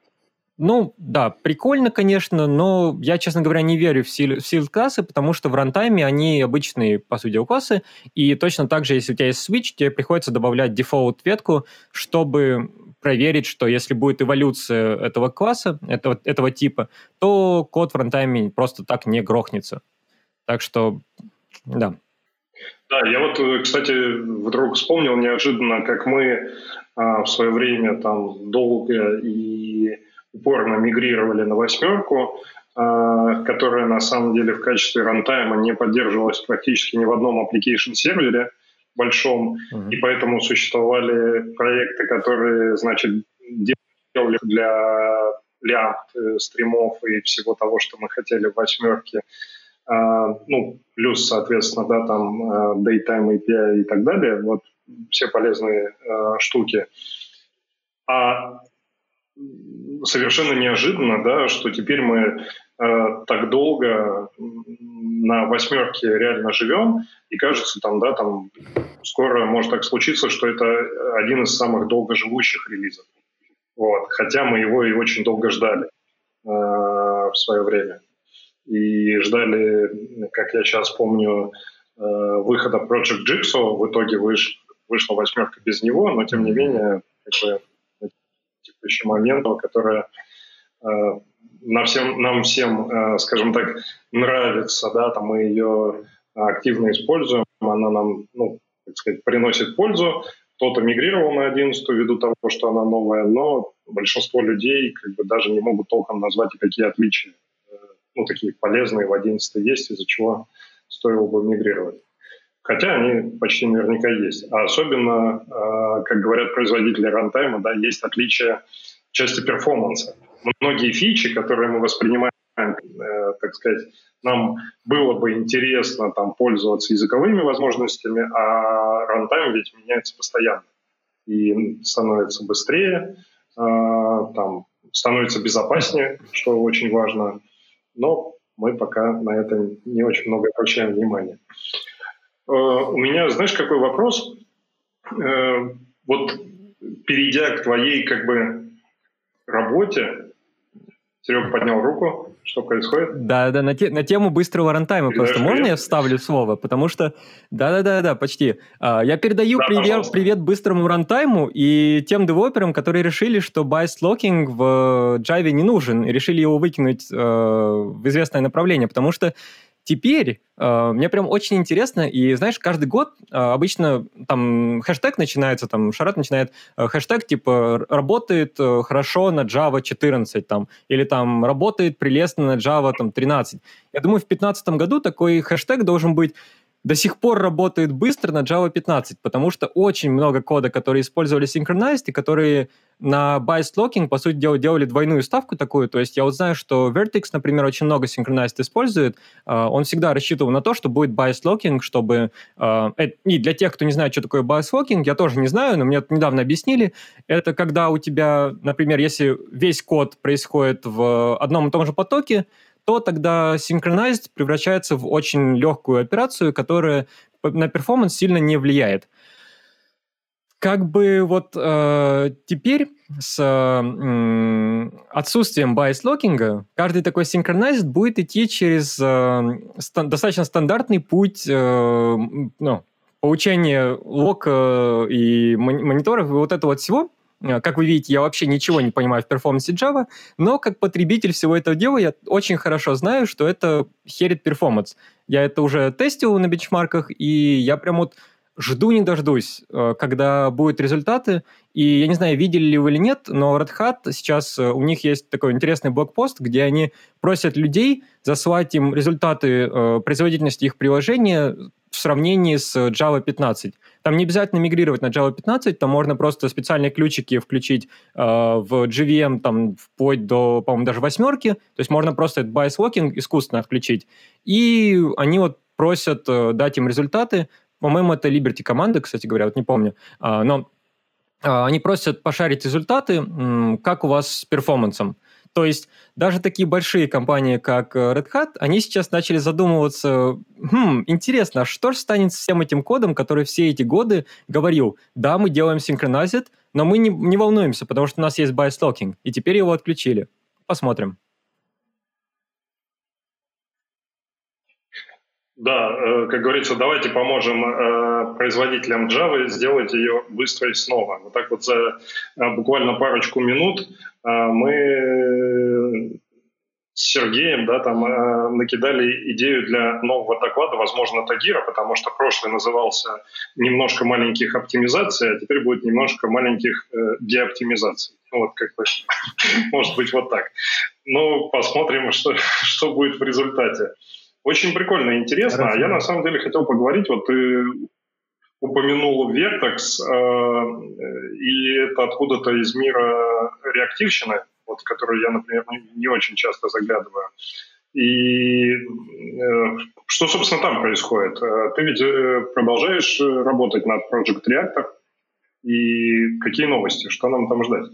ну, да, прикольно, конечно, но я, честно говоря, не верю в sealed-классы, потому что в рантайме они обычные, по сути, классы, и точно так же, если у тебя есть switch, тебе приходится добавлять дефолт-ветку, чтобы... проверить, что если будет эволюция этого класса, этого, этого типа, то код в рантайме просто так не грохнется. Так что, да. Да, я вот, кстати, вдруг вспомнил неожиданно, как мы а, в свое время там долго и упорно мигрировали на восьмерку, а, которая на самом деле в качестве рантайма не поддерживалась практически ни в одном application-сервере большом, mm-hmm. и поэтому существовали проекты, которые, значит, делали для лямбд, стримов и всего того, что мы хотели в восьмерке, а, ну, плюс, соответственно, да, там Daytime эй пи ай и так далее, вот все полезные а, штуки. А совершенно неожиданно, да, что теперь мы а, так долго на восьмерке реально живем, и кажется, там, да, там скоро может так случиться, что это один из самых долгоживущих релизов. Вот. Хотя мы его и очень долго ждали э, в свое время. И ждали, как я сейчас помню, э, выхода Project Jigsaw. В итоге выш, вышла восьмерка без него, но тем не менее, как бы, текущий момент, который э, нам всем, нам всем э, скажем так, нравится, да, там мы ее активно используем, она нам, ну, так сказать, приносит пользу. Кто-то мигрировал на одиннадцатую ввиду того, что она новая, но большинство людей как бы даже не могут толком назвать, какие отличия, ну, такие полезные в одиннадцатой есть, из-за чего стоило бы мигрировать. Хотя они почти наверняка есть. А особенно, как говорят производители рантайма, да, есть отличия в части перформанса. Многие фичи, которые мы воспринимаем, так сказать, нам было бы интересно там пользоваться языковыми возможностями, а рантайм ведь меняется постоянно и становится быстрее, там, становится безопаснее, что очень важно, но мы пока на это не очень много обращаем внимания. У меня, знаешь, какой вопрос? Вот перейдя к твоей как бы работе, Серега поднял руку. Что происходит? Да, да, на, те, на тему быстрого рантайма Передаешь просто. Можно привет? я вставлю слово? Потому что... Да-да-да, почти. А, я передаю да, привет, привет быстрому рантайму и тем девелоперам, которые решили, что biased locking в Java не нужен, и решили его выкинуть э, в известное направление, потому что теперь э, мне прям очень интересно, и, знаешь, каждый год э, обычно там хэштег начинается, там Шарат начинает э, хэштег типа «работает э, хорошо на Java четырнадцать», там, или там «работает прелестно на Java там, тринадцать». Я думаю, в две тысячи пятнадцатом году такой хэштег должен быть до сих пор работает быстро на Java пятнадцать, потому что очень много кода, которые использовали Synchronized, и которые на biased locking, по сути дела, делали двойную ставку такую. То есть я вот знаю, что Vertex, например, очень много Synchronized использует. Он всегда рассчитывал на то, что будет biased locking, чтобы... И для тех, кто не знает, что такое biased locking, я тоже не знаю, но мне недавно объяснили. Это когда у тебя, например, если весь код происходит в одном и том же потоке, то тогда Synchronized превращается в очень легкую операцию, которая на перформанс сильно не влияет. Как бы вот э, теперь с э, отсутствием bias-локинга каждый такой Synchronized будет идти через э, стан- достаточно стандартный путь э, ну, получения лока и мониторов и вот этого вот всего. Как вы видите, я вообще ничего не понимаю в перформансе Java, но как потребитель всего этого дела я очень хорошо знаю, что это херит перформанс. Я это уже тестил на бенчмарках, и я прям вот жду не дождусь, когда будут результаты. И я не знаю, видели ли вы или нет, но Red Hat сейчас, у них есть такой интересный блогпост, где они просят людей заслать им результаты производительности их приложения в сравнении с Java пятнадцать. Там не обязательно мигрировать на Java пятнадцать, там можно просто специальные ключики включить э, в джей ви эм там, вплоть до, по-моему, даже восьмерки. То есть можно просто этот bias locking искусственно отключить. И они вот просят э, дать им результаты. По-моему, это Liberty команда, кстати говоря, вот не помню. А, но а, они просят пошарить результаты, м, как у вас с перформансом. То есть даже такие большие компании, как Red Hat, они сейчас начали задумываться, хм, интересно, а что же станет с всем этим кодом, который все эти годы говорил, да, мы делаем Synchronized, но мы не, не волнуемся, потому что у нас есть bias locking, и теперь его отключили. Посмотрим. Да, как говорится, давайте поможем производителям Java сделать ее быстро и снова. Вот так вот за буквально парочку минут мы с Сергеем, да, там накидали идею для нового доклада, возможно, Тагира, потому что прошлый назывался «Немножко маленьких оптимизаций», а теперь будет «Немножко маленьких деоптимизаций». Вот как-то, может быть, вот так. Ну, посмотрим, что, что будет в результате. Очень прикольно и интересно. Хорошо. А я на самом деле хотел поговорить, вот ты упомянул Vertex, э, и это откуда-то из мира реактивщины, вот, в которую я, например, не, не очень часто заглядываю. И э, что, собственно, там происходит? Ты ведь продолжаешь работать над Project Reactor, и какие новости? Что нам там ждать?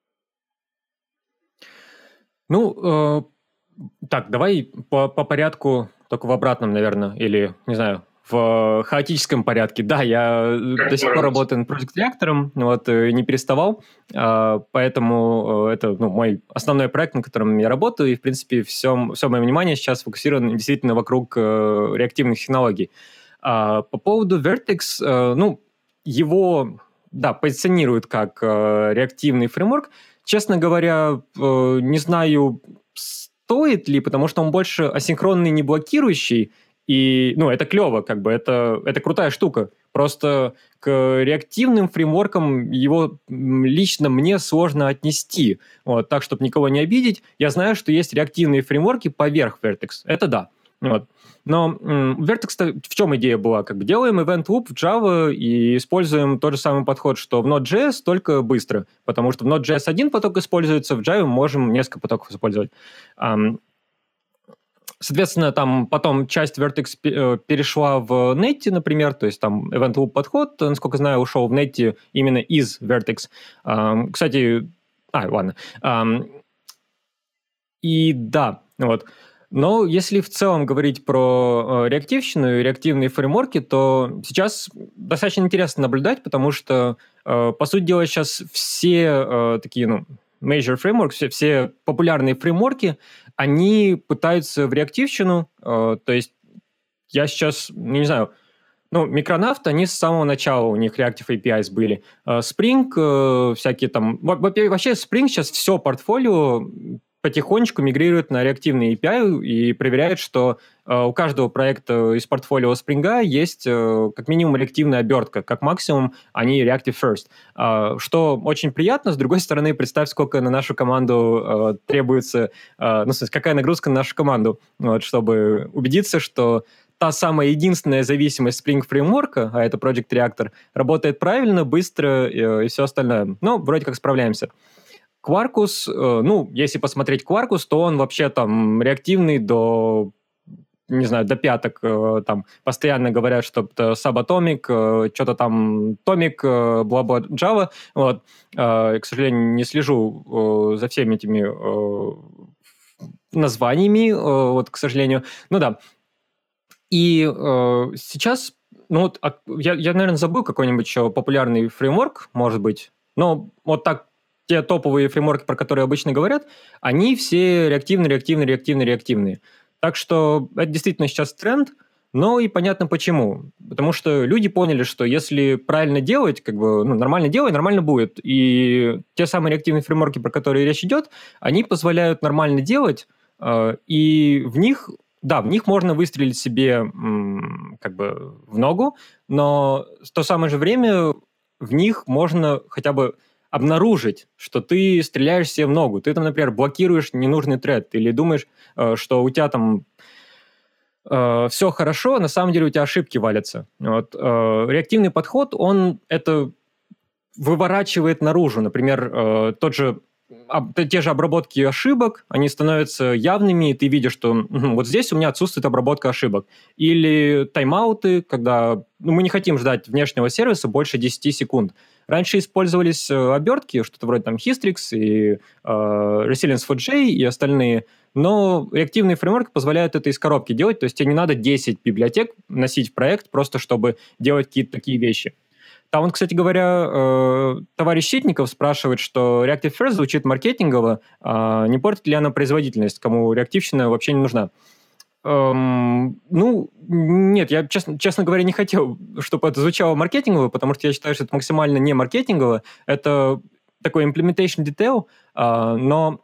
Ну, э, так, давай по, по порядку, только в обратном, наверное, или, не знаю, в хаотическом порядке. Да, я как до сих пор работаю над Project Reactor, вот, не переставал, поэтому это ну, мой основной проект, на котором я работаю, и, в принципе, все, все мое внимание сейчас сфокусировано действительно вокруг реактивных технологий. По поводу Vertex, ну, его, да, позиционируют как реактивный фреймворк. Честно говоря, не знаю, стоит ли, потому что он больше асинхронный, не блокирующий, и, ну, это клево, как бы, это, это крутая штука. Просто к реактивным фреймворкам его лично мне сложно отнести, вот, так, чтобы никого не обидеть. Я знаю, что есть реактивные фреймворки поверх Vertex, это да. Вот. Но м, Vertex, в чем идея была? Как бы делаем event loop в Java и используем тот же самый подход, что в Node.js, только быстро, потому что в Node.js один поток используется, в Java можем несколько потоков использовать. Um, Соответственно, там потом часть Vertex перешла в Netty, например, то есть там event loop подход, насколько знаю, ушел в Netty именно из Vertex. Um, кстати, а, ладно. Um, и да, вот. Но если в целом говорить про э, реактивщину и реактивные фреймворки, то сейчас достаточно интересно наблюдать, потому что, э, по сути дела, сейчас все э, такие, ну, major frameworks, все, все популярные фреймворки, они пытаются в реактивщину, э, то есть я сейчас, не знаю, ну, Micronaut, они с самого начала, у них Reactive эй пи ай были. Э, Spring, э, всякие там... Вообще Spring сейчас все портфолио потихонечку мигрирует на реактивный эй пи ай и проверяет, что э, у каждого проекта из портфолио Spring есть э, как минимум реактивная обертка, как максимум они Reactive First. Э, что очень приятно. С другой стороны, представь, сколько на нашу команду э, требуется, э, ну, в смысле, какая нагрузка на нашу команду, вот, чтобы убедиться, что та самая единственная зависимость Spring Framework, а это Project Reactor, работает правильно, быстро и, и все остальное. Ну, вроде как справляемся. Quarkus, ну, если посмотреть Quarkus, то он вообще там реактивный до, не знаю, до пяток. Там постоянно говорят, что это Subatomic, что-то там Tomic, бла-бла, Java. Вот. К сожалению, не слежу за всеми этими названиями, вот, к сожалению. Ну да. И сейчас, ну вот, я, я, наверное, забыл какой-нибудь еще популярный фреймворк, может быть. Но вот так те топовые фреймворки, про которые обычно говорят, они все реактивные, реактивные, реактивные, реактивные. Так что это действительно сейчас тренд, но и понятно почему. Потому что люди поняли, что если правильно делать, как бы, ну, нормально делать, нормально будет. И те самые реактивные фреймворки, про которые речь идет, они позволяют нормально делать, э, и в них, да, в них можно выстрелить себе м, как бы в ногу, но в то самое же время в них можно хотя бы обнаружить, что ты стреляешь себе в ногу. Ты там, например, блокируешь ненужный тред или думаешь, что у тебя там э, все хорошо, а на самом деле у тебя ошибки валятся. Вот. Э, реактивный подход, он это выворачивает наружу. Например, э, тот же, об, те же обработки ошибок, они становятся явными, и ты видишь, что угу, вот здесь у меня отсутствует обработка ошибок. Или тайм-ауты, когда ну, мы не хотим ждать внешнего сервиса больше десять секунд. Раньше использовались э, обертки, что-то вроде там Hystrix и э, Resilience фор джей и остальные, но реактивные фреймворки позволяют это из коробки делать, то есть тебе не надо десять библиотек носить в проект просто, чтобы делать какие-то такие вещи. Там, вот, кстати говоря, э, товарищ Ситников спрашивает, что Reactive First звучит маркетингово, э, не портит ли она производительность, кому реактивщина вообще не нужна. Эм, ну, нет, я, честно, честно говоря, не хотел, чтобы это звучало маркетингово, потому что я считаю, что это максимально не маркетингово. Это такой implementation detail, э, но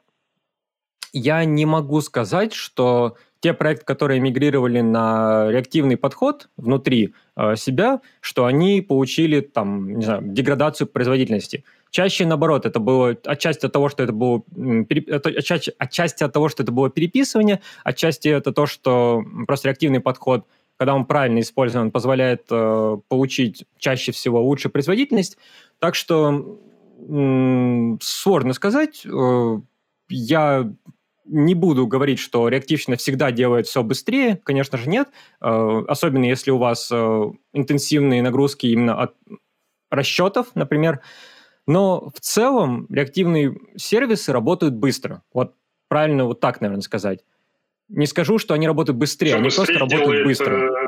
я не могу сказать, что те проекты, которые мигрировали на реактивный подход внутри э, себя, что они получили там, не знаю, деградацию производительности. Чаще, наоборот, это было отчасти от того, что это было это, отчасти, отчасти от того, что это было переписывание, отчасти это то, что просто реактивный подход, когда он правильно использован, позволяет э, получить чаще всего лучшую производительность. Так что м- сложно сказать. Э, я не буду говорить, что реактивщина всегда делает все быстрее. Конечно же, нет. Э, особенно если у вас э, интенсивные нагрузки именно от расчетов, например. Но в целом реактивные сервисы работают быстро. Вот правильно вот так, наверное, сказать. Не скажу, что они работают быстрее, Все они быстрее просто работают быстро. Э,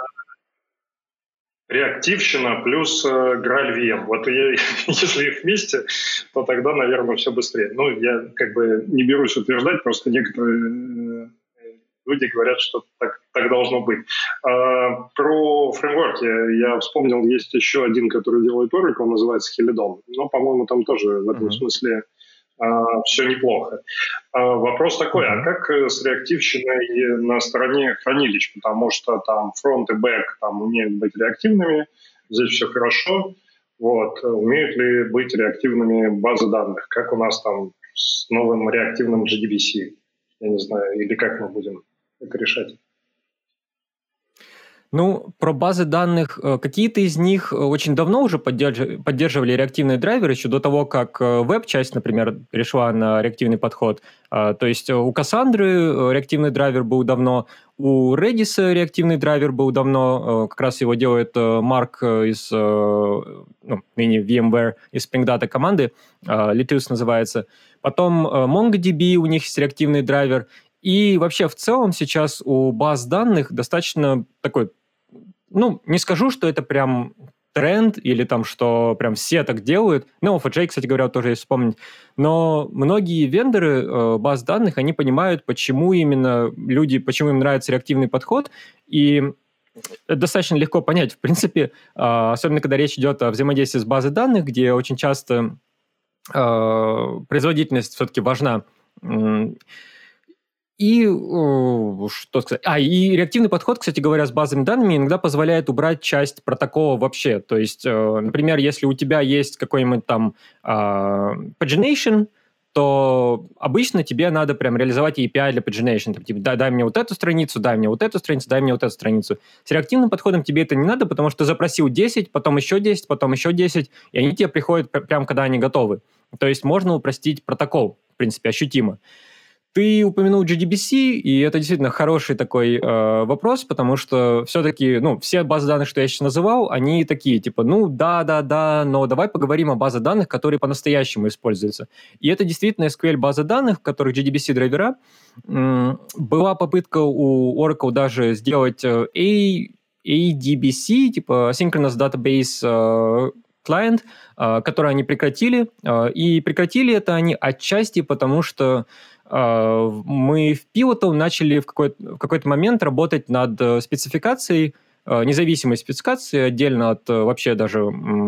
реактивщина плюс э, GraalVM. Вот я, если их вместе, то тогда, наверное, все быстрее. Ну, я как бы не берусь утверждать, просто некоторые э, люди говорят, что так, так должно быть. А, про фреймворки я вспомнил, есть еще один, который делает Oracle, он называется Helidon. Но, по-моему, там тоже в этом mm-hmm. смысле а, все неплохо. А, вопрос такой, mm-hmm. а как с реактивщиной на стороне хранилищ? Потому что там фронт и бэк там умеют быть реактивными, здесь все хорошо. Вот. Умеют ли быть реактивными базы данных? Как у нас там с новым реактивным джей ди би си? Я не знаю, или как мы будем это решать? Ну, про базы данных, какие-то из них очень давно уже поддерж... поддерживали реактивные драйверы, еще до того, как веб-часть, например, перешла на реактивный подход. То есть у Cassandra реактивный драйвер был давно, у Redis реактивный драйвер был давно, как раз его делает Марк из, ну, ныне VMware, из Spring Data команды, Litus называется. Потом MongoDB, у них есть реактивный драйвер. И вообще в целом сейчас у баз данных достаточно такой, ну, не скажу, что это прям тренд или там, что прям все так делают. Ну, неф джей, кстати говоря, тоже есть вспомнить. Но многие вендоры э, баз данных, они понимают, почему именно люди, почему им нравится реактивный подход. И это достаточно легко понять. В принципе, э, особенно когда речь идет о взаимодействии с базой данных, где очень часто э, производительность все-таки важна. И что сказать? А, и реактивный подход, кстати говоря, с базами данными иногда позволяет убрать часть протокола вообще. То есть, например, если у тебя есть какой-нибудь там uh, pagination, что обычно тебе надо прям реализовать эй пи ай для pagination. Там, типа, дай, дай мне вот эту страницу, дай мне вот эту страницу, дай мне вот эту страницу. С реактивным подходом тебе это не надо, потому что ты запросил десять, потом еще десять, потом еще десять, и они тебе приходят прямо, когда они готовы. То есть можно упростить протокол, в принципе, ощутимо. Ты упомянул джей ди би си, и это действительно хороший такой э, вопрос, потому что все-таки, ну, все базы данных, что я сейчас называл, они такие, типа, ну, да-да-да, но давай поговорим о базах данных, которые по-настоящему используются. И это действительно эс ку эль-база данных, в которых джей ди би си-драйвера. М- была попытка у Oracle даже сделать э, эй ди би си, типа Asynchronous Database э, Client, э, который они прекратили. Э, и прекратили это они отчасти потому, что мы в Pivotal начали в какой-то, в какой-то момент работать над спецификацией, независимой спецификацией, отдельно от вообще даже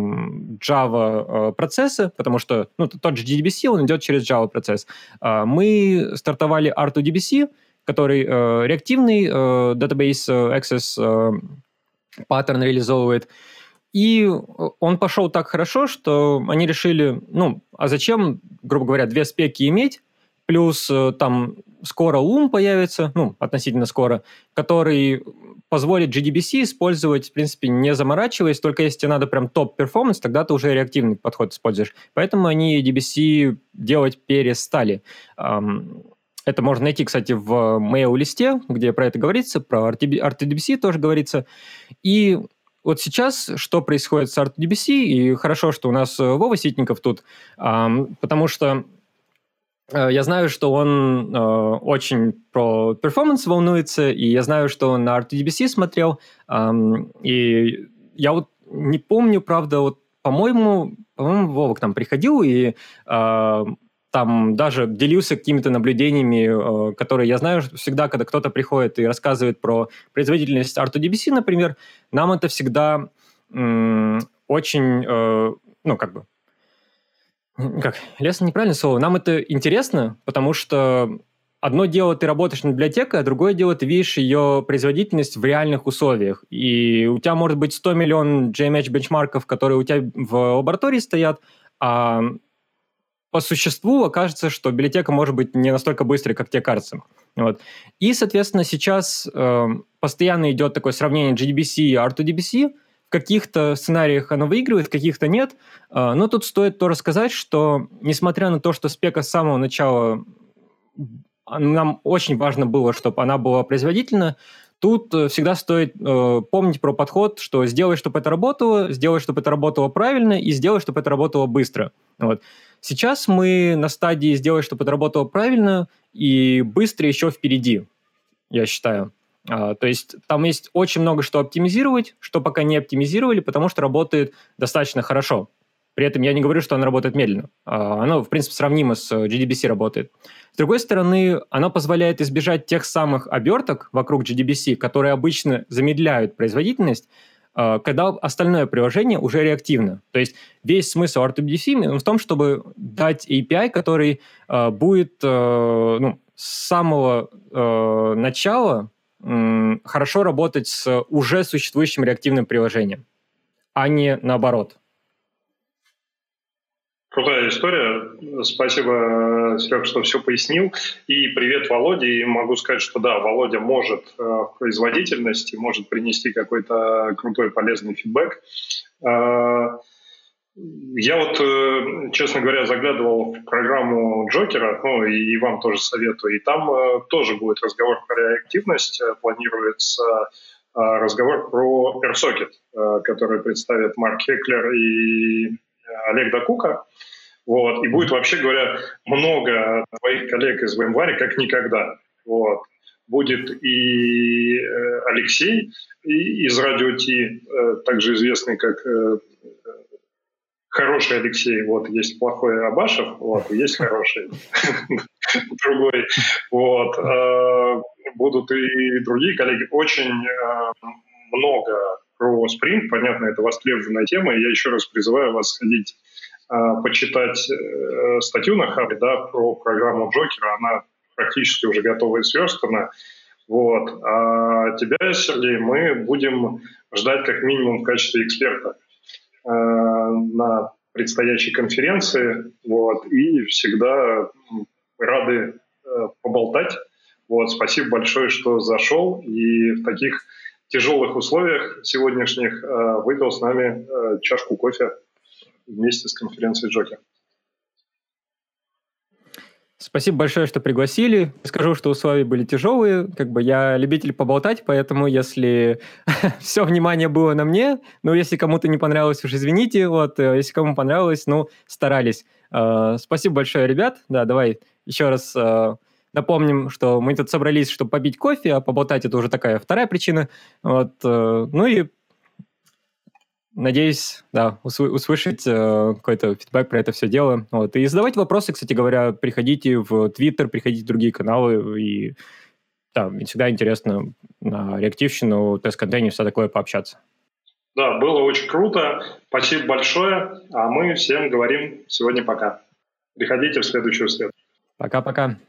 Java процесса, потому что ну, тот же джей ди би си, он идет через Java процесс. Мы стартовали ар ту ди би си, который реактивный Database Access паттерн реализовывает. И он пошел так хорошо, что они решили, ну, а зачем, грубо говоря, две спеки иметь, плюс там скоро Loom появится, ну, относительно скоро, который позволит джей ди би си использовать, в принципе, не заморачиваясь, только если тебе надо прям топ-перформанс, тогда ты уже реактивный подход используешь. Поэтому они эй ди би си делать перестали. Это можно найти, кстати, в Mail-листе, где про это говорится, про ар ту ди би си тоже говорится. И вот сейчас что происходит с ар ту ди би си, и хорошо, что у нас Вова Ситников тут, потому что я знаю, что он э, очень про перформанс волнуется, и я знаю, что он на ар ту ди би си смотрел, э, и я вот не помню, правда, вот, по-моему, по-моему, Вова к нам приходил, и э, там даже делился какими-то наблюдениями, э, которые я знаю, что всегда, когда кто-то приходит и рассказывает про производительность ар ту ди би си, например, нам это всегда э, очень, э, ну, как бы, Как? Лестно неправильное слово. Нам это интересно, потому что одно дело ты работаешь над библиотекой, а другое дело ты видишь ее производительность в реальных условиях. И у тебя может быть сто миллионов джей эм эйч бенчмарков, которые у тебя в лаборатории стоят, а по существу окажется, что библиотека может быть не настолько быстрой, как тебе кажется. Вот. И, соответственно, сейчас э, постоянно идет такое сравнение джей ди би си и ар ту ди би си. В каких-то сценариях оно выигрывает, в каких-то нет. Но тут стоит то рассказать, что несмотря на то, что спека с самого начала нам очень важно было, чтобы она была производительна, тут всегда стоит э, помнить про подход, что сделай, чтобы это работало, сделай, чтобы это работало правильно, и сделай, чтобы это работало быстро. Вот. Сейчас мы на стадии сделай, чтобы это работало правильно, и быстро еще впереди, я считаю. Uh, то есть там есть очень много что оптимизировать, что пока не оптимизировали, потому что работает достаточно хорошо. При этом я не говорю, что оно работает медленно. Uh, оно, в принципе, сравнимо с джей ди би си работает. С другой стороны, оно позволяет избежать тех самых оберток вокруг джей ди би си, которые обычно замедляют производительность, uh, когда остальное приложение уже реактивно. То есть весь смысл ар ту ди би си в том, чтобы дать эй пи ай, который uh, будет uh, ну, с самого uh, начала хорошо работать с уже существующим реактивным приложением, а не наоборот. Крутая история. Спасибо, Серег, что все пояснил. И привет Володе. И могу сказать, что да, Володя может в производительности, может принести какой-то крутой, полезный фидбэк. Я вот, честно говоря, заглядывал в программу Джокера, ну и вам тоже советую, и там тоже будет разговор про реактивность, планируется разговор про AirSocket, который представит Марк Хеклер и Олег Докука. Вот. И будет, вообще говоря, много твоих коллег из VMware как никогда. Вот. Будет и Алексей из Radio T, также известный как хороший Алексей, вот, есть плохой Абашев, вот, есть хороший другой, вот. Будут и другие коллеги. Очень много про Spring, понятно, это востребованная тема, и я еще раз призываю вас сходить почитать статью на Хабре, да, про программу Джокера, она практически уже готова и сверстана. Вот. А тебя, Сергей, мы будем ждать как минимум в качестве эксперта на предстоящей конференции, вот, и всегда рады поболтать. Вот, спасибо большое, что зашел, и в таких тяжелых условиях сегодняшних выпил с нами чашку кофе вместе с конференцией Джокер. Спасибо большое, что пригласили. Скажу, что условия были тяжелые. Как бы я любитель поболтать, поэтому если все внимание было на мне, ну, если кому-то не понравилось, уж извините. Вот, если кому понравилось, ну, старались. Спасибо большое, ребят. Да, давай еще раз напомним, что мы тут собрались, чтобы попить кофе, а поболтать это уже такая вторая причина. Вот, ну и надеюсь, да, усл- услышать э, какой-то фидбэк про это все дело. Вот. И задавайте вопросы, кстати говоря, приходите в Твиттер, приходите в другие каналы, и да, мне всегда интересно на реактивщину, тест-контейнер, все такое пообщаться. Да, было очень круто. Спасибо большое. А мы всем говорим сегодня пока. Приходите в следующую среду. Пока-пока.